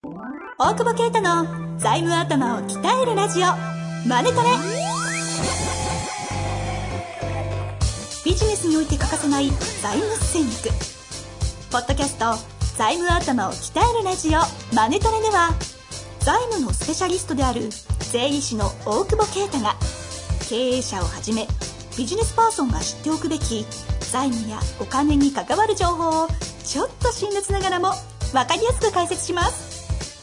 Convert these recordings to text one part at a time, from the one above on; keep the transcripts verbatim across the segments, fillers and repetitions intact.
大久保啓太の財務頭を鍛えるラジオマネトレ。ビジネスにおいて欠かせない財務戦略。ポッドキャスト財務頭を鍛えるラジオマネトレでは、財務のスペシャリストである税理士の大久保啓太が、経営者をはじめビジネスパーソンが知っておくべき財務やお金に関わる情報をちょっと辛辣ながらも分かりやすく解説します。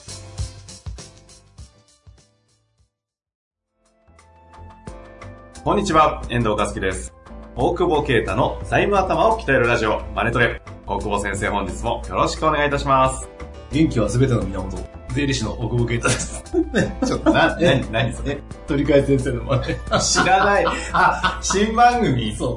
こんにちは、遠藤和樹です。大久保啓太の財務頭を鍛えるラジオマネトレ。大久保先生、本日もよろしくお願いいたします。 元気はすべての源、税理士の大久保啓太です。 ちょっとな、な、何それ。 鳥飼先生の真似。 知らない。あ、新番組。 そう。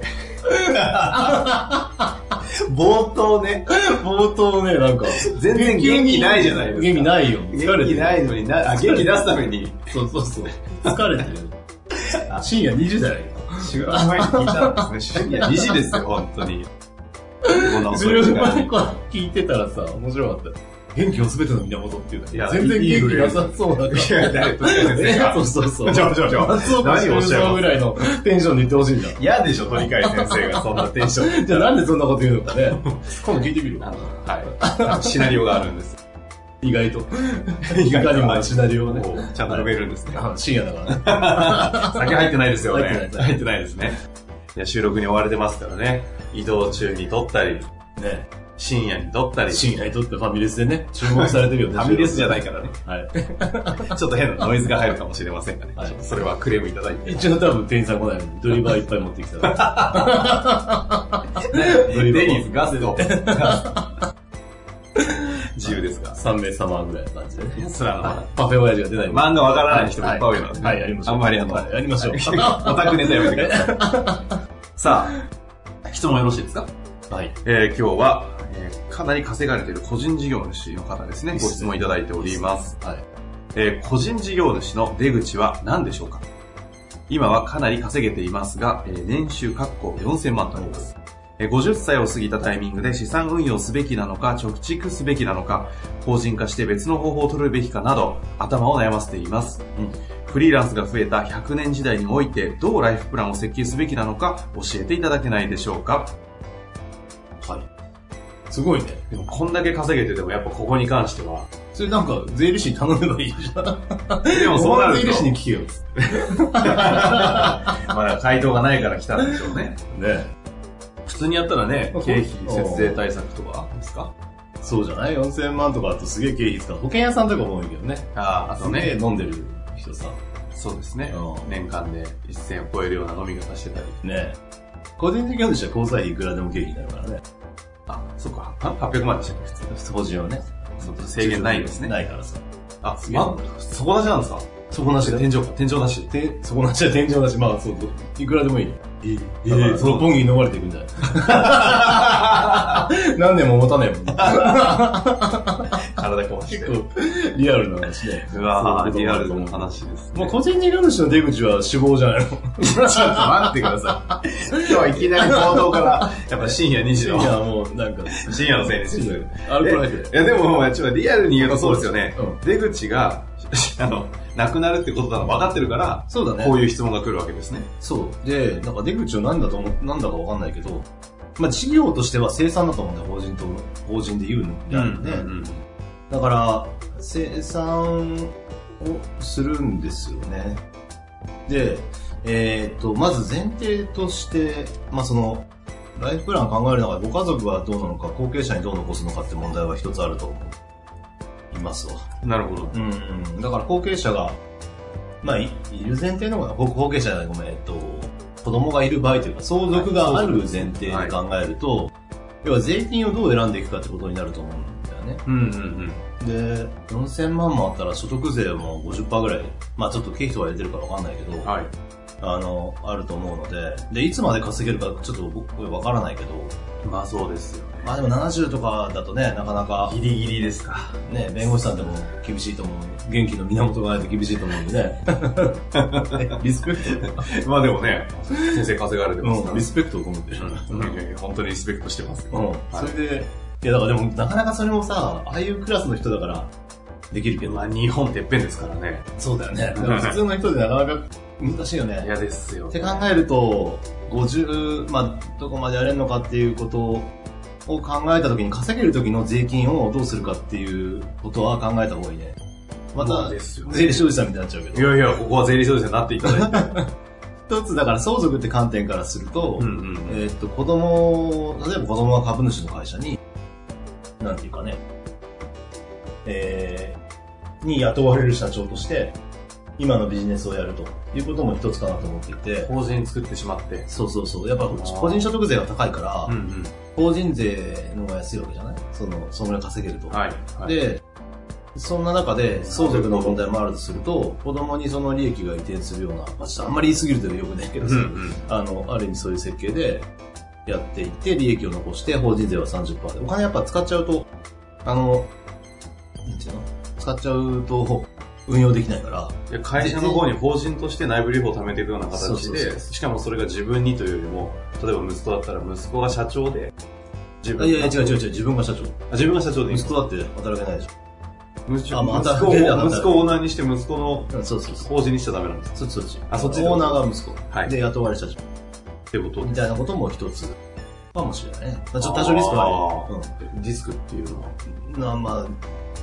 冒頭ね。 冒頭ね、なんか。 全然元気ないじゃないですか。 元気ないよ。 疲れて元気ないのにな、あ、元気出すために。 そうそうそう。疲れてる。深夜にじだよ。 仕事前に聞いたんですね。深夜にじですよ、本当に。こんな遅い時間に。 聞いてたらさ、面白かった。元気はすべての源っていうの。 全然元気なさそうだから。いや、誰と先生が。 そうそうそう。 ちょちょちょ。 何をおっしゃるぐらいのテンションで言ってほしいんだ。 嫌でしょ、鳥飼先生がそんなテンション。 じゃあなんでそんなこと言うのかね。今度聞いてみるよ。 はい。シナリオがあるんです。 意外と。意外にもシナリオがね。 ちゃんと読めるんですね。 深夜だからね。酒入ってないですよね。 入ってない。 入ってないですね。いや、収録に追われてますからね。移動中に撮ったり。 ね。 深夜に撮ったり。 深夜に撮ってファミレスでね、注目されてるよね。 ファミレスじゃないからね。 はい。 ちょっと変なノイズが入るかもしれませんがね。はい、それはクレームいただいて。 一応多分店員さん来ないのに、ドリバーいっぱい持ってきたから。 デニーズガスト。自由ですか ?さん 名様ぐらいの感じでね。それはパフェ親父が出ない。 漫画わからない人もいっぱい多いので、 はい、やりましょう。 あんまりあの、 やりましょう。 オタクネタやめてください。さあ、質問よろしいですか？ はい。 えー、今日は、えー、かなり稼がれている個人事業主の方ですね、ご質問いただいております。はい。えー、個人事業主の出口は何でしょうか？今はかなり稼げていますが、えー、年収確保よんせんまんとあります。ごじゅっさいを過ぎたタイミングで資産運用すべきなのか貯蓄すべきなのか法人化して別の方法を取るべきかなど頭を悩ませています、うん、フリーランスが増えたひゃくねん時代においてどうライフプランを設計すべきなのか教えていただけないでしょうか。 はい。すごいね。 でもこんだけ稼げててもやっぱここに関してはそれなんか税理士に頼めばいいじゃん。 でもそうなると税理士に聞けよ。 まだ回答がないから来たんでしょうね。 ね。 普通にやったらね、経費節税対策とかですか？ そうじゃない ?よんせんまんとかだとすげえ経費使う。保険屋さんとかも多いけどね。 ああ、あとね。 飲んでる人さ。 そうですね。年間で一銭を超えるような飲み方してたり。 ね。個人事業主は交際費いくらでも経費になるからね。 あ、そっか。はっぴゃくまんでしたっけ普通。 法人はね。 制限ないんですね。 ないからさ。 あ、ま、そこなしなんですか？ そこなしで。 天井か。天井なし。 て、そこなしは天井なし。まあ、そう、いくらでもいいね。えー、えー、そのポンギに飲まれていくんじゃない何年も持たないもんね。 体壊して。 結構、リアルな話ね。 うわぁ、リアルな話ですね。 もう個人事業主の出口は死亡じゃないのちょっと待ってください。今日はいきなり冒頭から、やっぱ深夜にじの。 深夜もうなんか。 深夜のせいにする。 アルコール入ってる。いやでも、ちょっとリアルに言うとそうですよね。 うん、 出口が、あの、なくなるってことだの分かってるから、 そうだね。 こういう質問が来るわけですね。 そう。で、なんか出口を何だと思う、なんだか分かんないけど、まあ事業としては生産だと思うんだよ、法人と、法人で言うのであるんで。うんうんうん、だから、生産をするんですよね。で、えっと、まず前提として、まあその、ライフプラン考える中でご家族はどうなのか、後継者にどう残すのかって問題は一つあると思う。いますわ。 なるほど。 うん、うん。だから後継者が、まあ、い, いる前提の方が、後継者じゃない、ごめん、えっと、子供がいる場合というか、相続がある前提で考えると、はい、要は税金をどう選んでいくかってことになると思うんだよね。 うんうんうん。で、よんせんまんもあったら所得税も ごじゅっパーセント ぐらい、まあちょっと経費とか入れてるからわかんないけど、はい。あの、あると思うので、で、いつまで稼げるかちょっと僕わからないけど、 まあそうですよね。 まあでもななじゅうとかだとね、なかなか。 ギリギリですか。 ね、弁護士さんでも厳しいと思う。元気の源がないと厳しいと思うんでね。リスペクト。 まあでもね、先生稼がれてますから、 うん、リスペクトを込めて。 うん、いやいや本当にリスペクトしてますよ。 うん。はい、それで、いやだからでもなかなかそれもさ、ああいうクラスの人だから、 できるけど。 まあ日本てっぺんですからね。 そうだよね。普通の人でなかなか難しいよね。 嫌ですよ、ね。 って考えると、ごじゅう、まあ、どこまでやれるのかっていうことを考えたときに、稼げるときの税金をどうするかっていうことは考えた方がいいね。また、税理士おじさんみたいになっちゃうけど。 いやいや、ここは税理士おじさんになっていただいて。 一つ、だから相続って観点からすると、うんうん、えー、っと、子供、例えば子供が株主の会社に、なんていうかね、えー、に雇われる社長として、今のビジネスをやるということも一つかなと思っていて。 法人作ってしまって。 そうそうそう。やっぱ個人所得税が高いから、うんうん、法人税の方が安いわけじゃない？その、そのぐらい稼げると。はいはい、で、そんな中で相続の問題もあるとすると、子供にその利益が移転するような、まあ、ちょっとあんまり言い過ぎるとよくないけどさ、うんうん、あの、ある意味そういう設計でやっていって、利益を残して法人税は さんじゅっパーセント で、お金やっぱ使っちゃうと、あの、なんていうの？使っちゃうと、運用できないから。 いや会社の方に法人として内部留保を貯めていくような形で、しかもそれが自分にというよりも、例えば息子だったら息子が社長で、 自分が。いやいや違う違う違う、自分が社長。 あ、自分が社長でいい。 息子だって働けないでしょ。 息子、あ、ま、息子を、息子をオーナーにして息子の法人にしちゃダメなんです。 そっちそっち。 あ、そっち。 オーナーが息子。はい。で、雇われ社長。 ってことみたいなことも一つかもしれないね。ちょっと多少リスクはある。うん。リスクっていうのはな、まあ、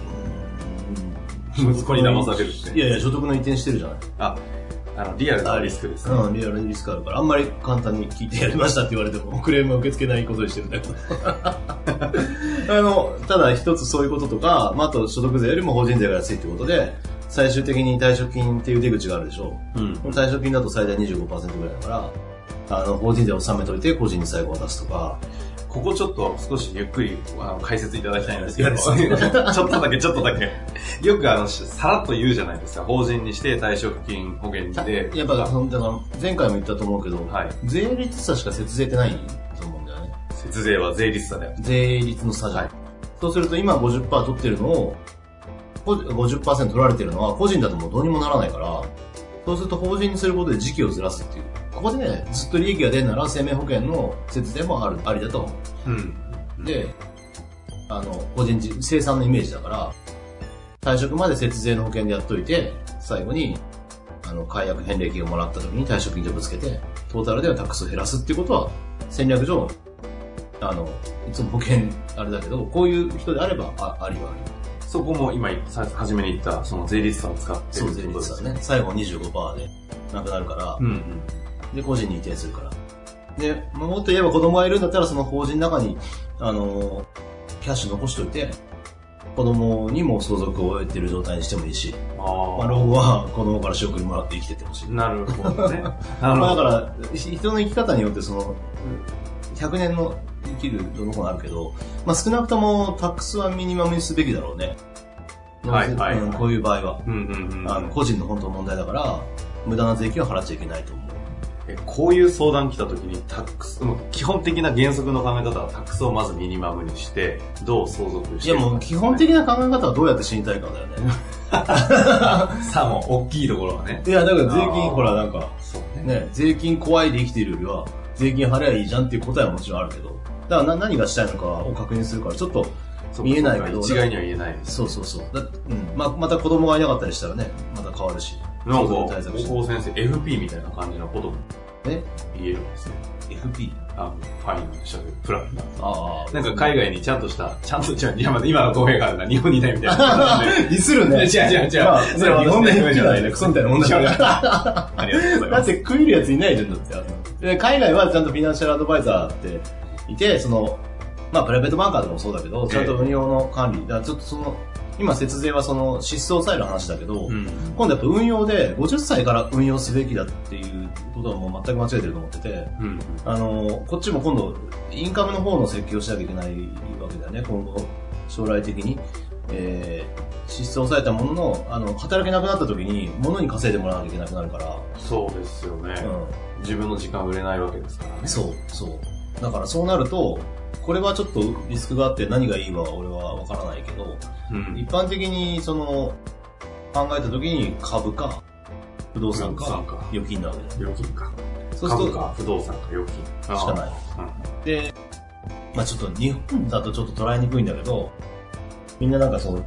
息子に騙されるって。 いやいや、所得の移転してるじゃない。 あ、あの、リアルなリスクですね。 うん、リアルなリスクあるから、あんまり簡単に聞いてやりましたって言われても、クレームは受け付けないことにしてるんだけど。あの、ただ一つそういうこととか、まあ、あと所得税よりも法人税が安いってことで、最終的に退職金っていう出口があるでしょ。うん。退職金だと最大 にじゅうごパーセント ぐらいだから、あの、法人税を納めといて、個人に最後渡すとか、 ここちょっと少しゆっくりあの解説いただきたいんですけど、ちょっとだけちょっとだけ。よくあの、さらっと言うじゃないですか。法人にして退職金保険で。 やっぱ、だから前回も言ったと思うけど、はい、税率差しか節税ってないと思うんだよね。 節税は税率差だよ。 税率の差じゃん。はい、そうすると今 ごじゅっパーセント 取ってるのを、ごじゅっパーセント 取られてるのは個人だともうどうにもならないから、そうすると法人にすることで時期をずらすっていう。ここでね、ずっと利益が出るなら生命保険の節税もある、ありだと思う。うん。で、あの、個人事、生産のイメージだから、退職まで節税の保険でやっといて、最後に、あの、解約返礼金をもらった時に退職金でぶつけて、トータルではタックスを減らすっていうことは、戦略上、あの、いつも保険、あれだけど、こういう人であれば、あ、ありはあり。 そこも今、初めに言った、その税率差を使ってるってことですね。そう、税率差ね。最後 にじゅうごパーセント でなくなるから、うんうん、で、個人に移転するから。で、もっと言えば子供がいるんだったら、その法人の中に、あの、キャッシュ残しといて、子供にも相続を得てる状態にしてもいいし、あまあ、老後は子供から仕送りもらって生きてってほしい。 なるほどね。 まあだから、人の生き方によってその、ひゃくねんの生きるどの子もあるけど、まあ少なくともタックスはミニマムにすべきだろうね。はいはい、はいうん。こういう場合は、うんうんうん。あの個人の本当の問題だから、無駄な税金は払っちゃいけないと思う。 こういう相談来た時にタックス、基本的な原則の考え方はタックスをまずミニマムにして、どう相続していくか。いやもう基本的な考え方はどうやって死にたいかだよね。 さあもう大きいところはね。 いやだから税金、ほらなんか、そうね、ね、税金怖いで生きているよりは、税金払えばいいじゃんっていう答えはもちろんあるけど、だからな何がしたいのかを確認するから、ちょっと見えないけど。 一概には言えないです。 そうそうそう。だうんまあ、また子供がいなかったりしたらね、また変わるし。 なんか、高校先生、エフピー みたいな感じのこともえ言えるんですね。 エフピー? あ、ファイナンシャルプランナー。ああ。なんか海外にちゃんとした、ちゃんと、違う、今今の公平があるな、日本にいないみたいな。 ディスるね。 違う違う違う。まあ、 それは日本の エフピー じゃないね。クソみたいなもんだから。 ありがとうございます。 だって食えるやついないじゃん、だって。海外はちゃんとフィナンシャルアドバイザーっていて、その、まあ、プライベートバンカーとかもそうだけど、ちゃんと運用の管理。だからちょっとその、今節税はその支出を抑える話だけど、うん、今度やっぱ運用でごじゅっさいから運用すべきだっていうことはもう全く間違えてると思ってて、うん、あの、こっちも今度インカムの方の設計をしなきゃいけないわけだよね、今後将来的に。えー、支出を抑えたものの、あの、働けなくなった時に物に稼いでもらわなきゃいけなくなるから。 そうですよね。うん、自分の時間売れないわけですからね。 そう、そう。だからそうなると、これはちょっとリスクがあって何がいいは俺は分からないけど、うん、一般的にその考えた時に株か不動産か預金なわけだよ。預金か。そうすると株か不動産か預金しかない。うん、で、まあちょっと日本だとちょっと捉えにくいんだけど、みんななんかその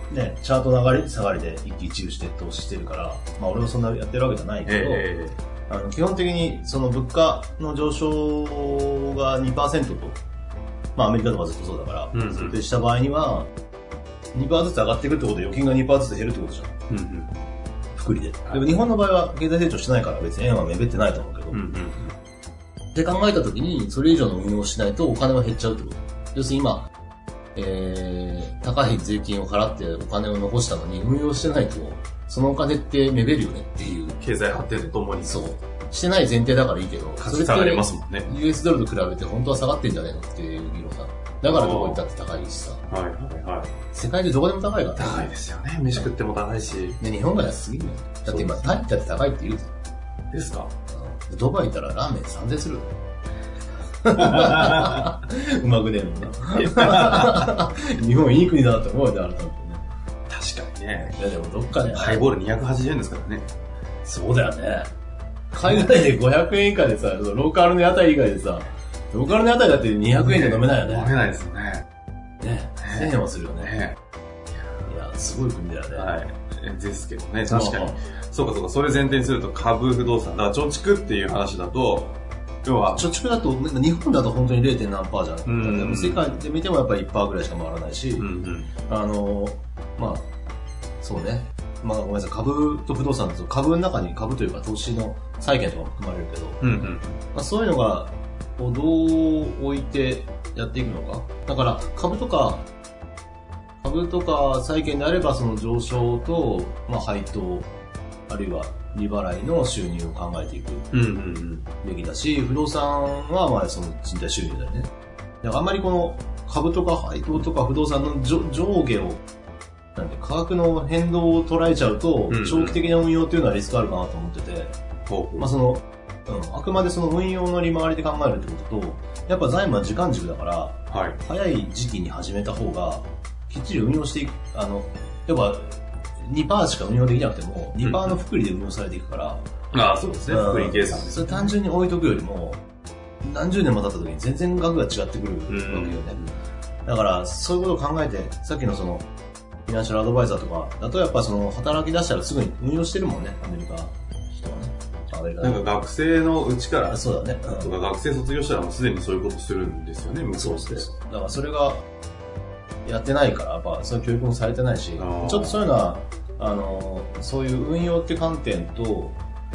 ね、チャートの上がり下がりで一喜一憂して投資してるから、まあ俺もそんなやってるわけじゃないけど、えー、あの基本的にその物価の上昇が にパーセント と、まあアメリカとかずっとそうだから、うんうん、それでした場合には、にパーセント ずつ上がっていくってことで預金が にパーセント ずつ減るってことじゃん。うんうん、福利で。でも日本の場合は経済成長してないから別に円はめべってないと思うけど、うんうん、って考えたときにそれ以上の運用をしないとお金は減っちゃうってこと。要するに今、えー、高い税金を払ってお金を残したのに運用してないと、そのお金ってめべるよねっていう。 経済発展とともに。 そう。してない前提だからいいけど、 価値下がりますもんね。 ユーエス ドルと比べて本当は下がってんじゃないのっていう議論だ。だからどこ行ったって高いしさ。 はいはいはい。 世界中どこでも高いから、 ね。高いですよね。飯食っても高いし。 で、日本が安すぎるね。だって今、タイだって高いって言うぞ。 ですか？ うん。ドバイ行ったらラーメンさんぜんえんする。うまくねえもんな。日本いい国だなって思うよね、改めてね。 確かにね。 いやでもどっかで、ね。 ハイボールにひゃくはちじゅうえんですからね。 そうだよね。海外でごひゃくえん以下でさ、ローカルの屋台以外でさ、ローカルの屋台だってにひゃくえんで飲めないよね。 飲めないですよね。 ね。せんえんはするよね。ねいや、すごい国だよね。 はい。ですけどね、確かに。そうかそうか、それ前提にすると株不動産。だから貯蓄っていう話だと、要は貯蓄だと日本だと本当に れいてん何パーじゃん、うんうん、世界で見てもやっぱり いちパーセント ぐらいしか回らないし、うんうん、あのまあそうね、まあごめんなさい、株と不動産だと株の中に株というか投資の債券とかも含まれるけど、うんうんまあ、そういうのがをどう置いてやっていくのか。だから株とか株とか債券であればその上昇と、まあ、配当あるいは利払いの収入を考えていくべきだし、うんうんうん、不動産はまあその賃貸収入だよね。だからあんまりこの株とか配当とか不動産の上下をなんて価格の変動を捉えちゃうと、うんうん、長期的な運用っていうのはリスクあるかなと思ってて、うん、まあその、うん、あくまでその運用の利回りで考えるってことと、やっぱ財務は時間軸だから、はい、早い時期に始めた方がきっちり運用していく、あの、やっぱにパーセント しか運用できなくても にパーセント の複利で運用されていくから、 うん、ああそうですね、複利計算です、 それ単純に置いとくよりも何十年も経った時に全然額が違ってくるわけよね、うん、だからそういうことを考えて、さっきのそのフィナンシャルアドバイザーとかだとやっぱその働き出したらすぐに運用してるもんね、アメリカ人はね。アメリカなんか学生のうちからそうだね、 うん、とか学生卒業したらもうすでにそういうことするんですよね、向こうって。 そうそうそう。だからそれがやってないから、やっぱそういう教育もされてないし、ちょっとそういうのはあのそういう運用って観点と、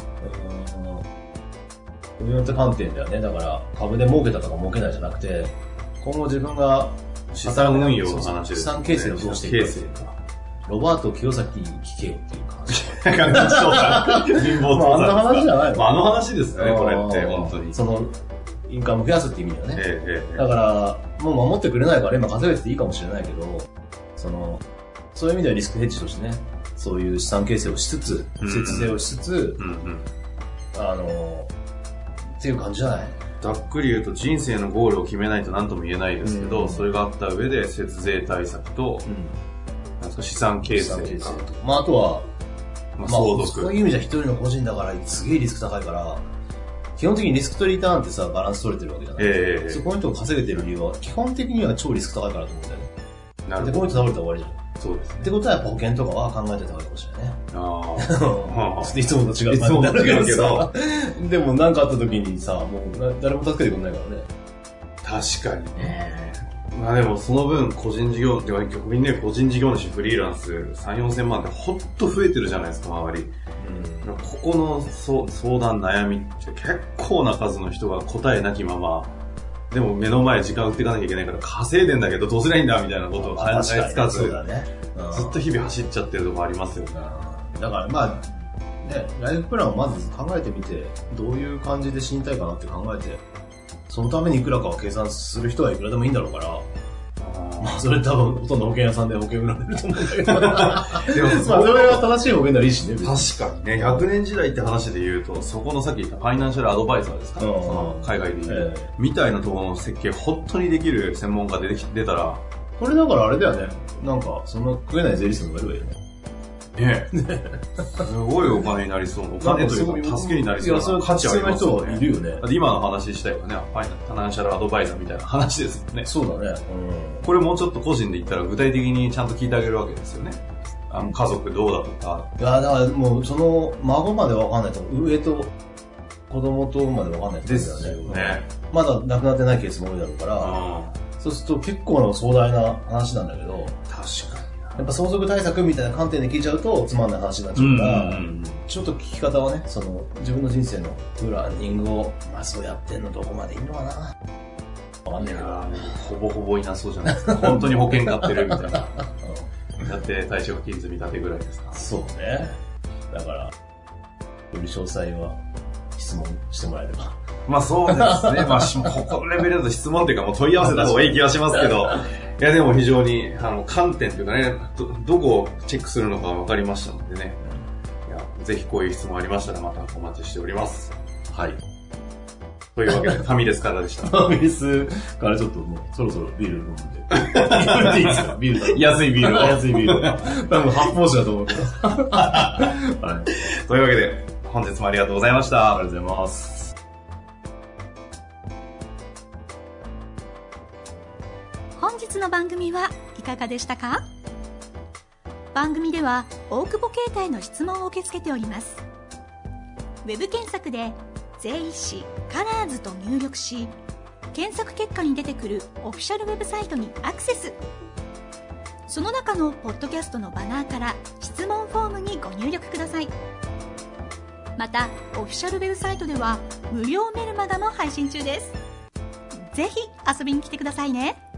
運用って観点ではね、だから株で儲けたとか儲けないじゃなくて、今後自分が資産運用の話です、ね、 資産形成をどうしていくか。ロバート清崎に聞けよっていう話。 貧乏まあ、あんな話じゃないの、 まあ、あの話ですね、これって、本当に。 その、インカム増やすって意味だよね。 ええええ、 だから、もう守ってくれないから今稼げてていいかもしれないけど、その、そういう意味ではリスクヘッジとしてね、そういう資産形成をしつつ、節税をしつつ、うんうん、あの、っていう感じじゃない？ ざっくり言うと人生のゴールを決めないと何とも言えないですけど、うん、それがあった上で節税対策と、うん、なんですか資産形成とか、 まああとは、 まあ、相続。 そういう意味じゃ一人の個人だからすげえリスク高いから、基本的にリスクとリターンってさ、バランス取れてるわけじゃないですか。えー、そこの人が稼げてる理由は、基本的には超リスク高いからと思うんだよね。なるほど。で、この人倒れたら終わりじゃん。 そうですね。 ってことはやっぱ保険とかは考えてた方がいいかもしれないね。 ああ。 いつもと違う感じになるけど。でも何かあった時にさ、もう誰も助けてくれないからね。 確かにね。まあでもその分個人事業、では逆にね、個人事業主フリーランスさん、よんせんまんってほんと増えてるじゃないですか、周り。うん、ここのそ相談悩みって結構な数の人が答えなきまま、でも目の前時間売っていかなきゃいけないから稼いでんだけどどうすりゃいいんだみたいなことを考えつかず、ねうん、ずっと日々走っちゃってるとこありますよね。 だからまあね、ライフプランをまず考えてみて、どういう感じで死にたいかなって考えて、そのためにいくらかを計算する人はいくらでもいいんだろうから、まあそれ多分ほとんど保険屋さんで保険売られると思うんだけどでもまあそれは正しい保険ならいいしね。 確かにね、ひゃくねん時代って話で言うと、そこのさっき言ったファイナンシャルアドバイザーですか、その海外で言う、えー、みたいなところの設計本当にできる専門家で出たら、 これだからあれだよね、なんかそんな食えない税理士の方がいるわよね。 ねえ。すごいお金になりそうな。お金というか、助けになりそうな価値ありますよね。 いるよね。 今の話自体はね、ファイナンシャルアドバイザーみたいな話ですもんね。 そうだね。 うん、これもうちょっと個人で言ったら具体的にちゃんと聞いてあげるわけですよね。あの家族どうだとか。 いや、だからもうその孫までわかんないと、上と子供とまでわかんないですよね。 まだ亡くなってないケースも多いだろうから、そうすると結構な壮大な話なんだけど、 確かに。 やっぱ相続対策みたいな観点で聞いちゃうとつまんない話になっちゃうから、うんうんうん、ちょっと聞き方はね、その自分の人生のプランニングを、まあそうやってんのどこまでいいのかな。わかんないけど。 ほぼほぼいなそうじゃないですか。本当に保険買ってるみたいな。だって退職金積み立てぐらいですか。 そうね。だから、より詳細は質問してもらえれば。 まあそうですね。まあここのレベルだと質問っていうかもう問い合わせた方がいい気がしますけど。いやでも非常にあの観点というかね、ど、どこをチェックするのか分かりましたのでね。いやぜひこういう質問ありましたらまたお待ちしております。はい。というわけでファミレスからでした。 ファミレスからちょっともうそろそろビール飲んで。ビールでいいですか？ビールだ。 安いビール。 安いビール。多分発泡酒だと思うけど。はい。 というわけで本日もありがとうございました。 ありがとうございます。 本日の番組はいかがでしたか？番組では大久保携帯の質問を受け付けております。ウェブ検索で税理士カラーズと入力し、検索結果に出てくるオフィシャルウェブサイトにアクセス。その中のポッドキャストのバナーから質問フォームにご入力ください。またオフィシャルウェブサイトでは無料メルマガも配信中です。ぜひ遊びに来てくださいね。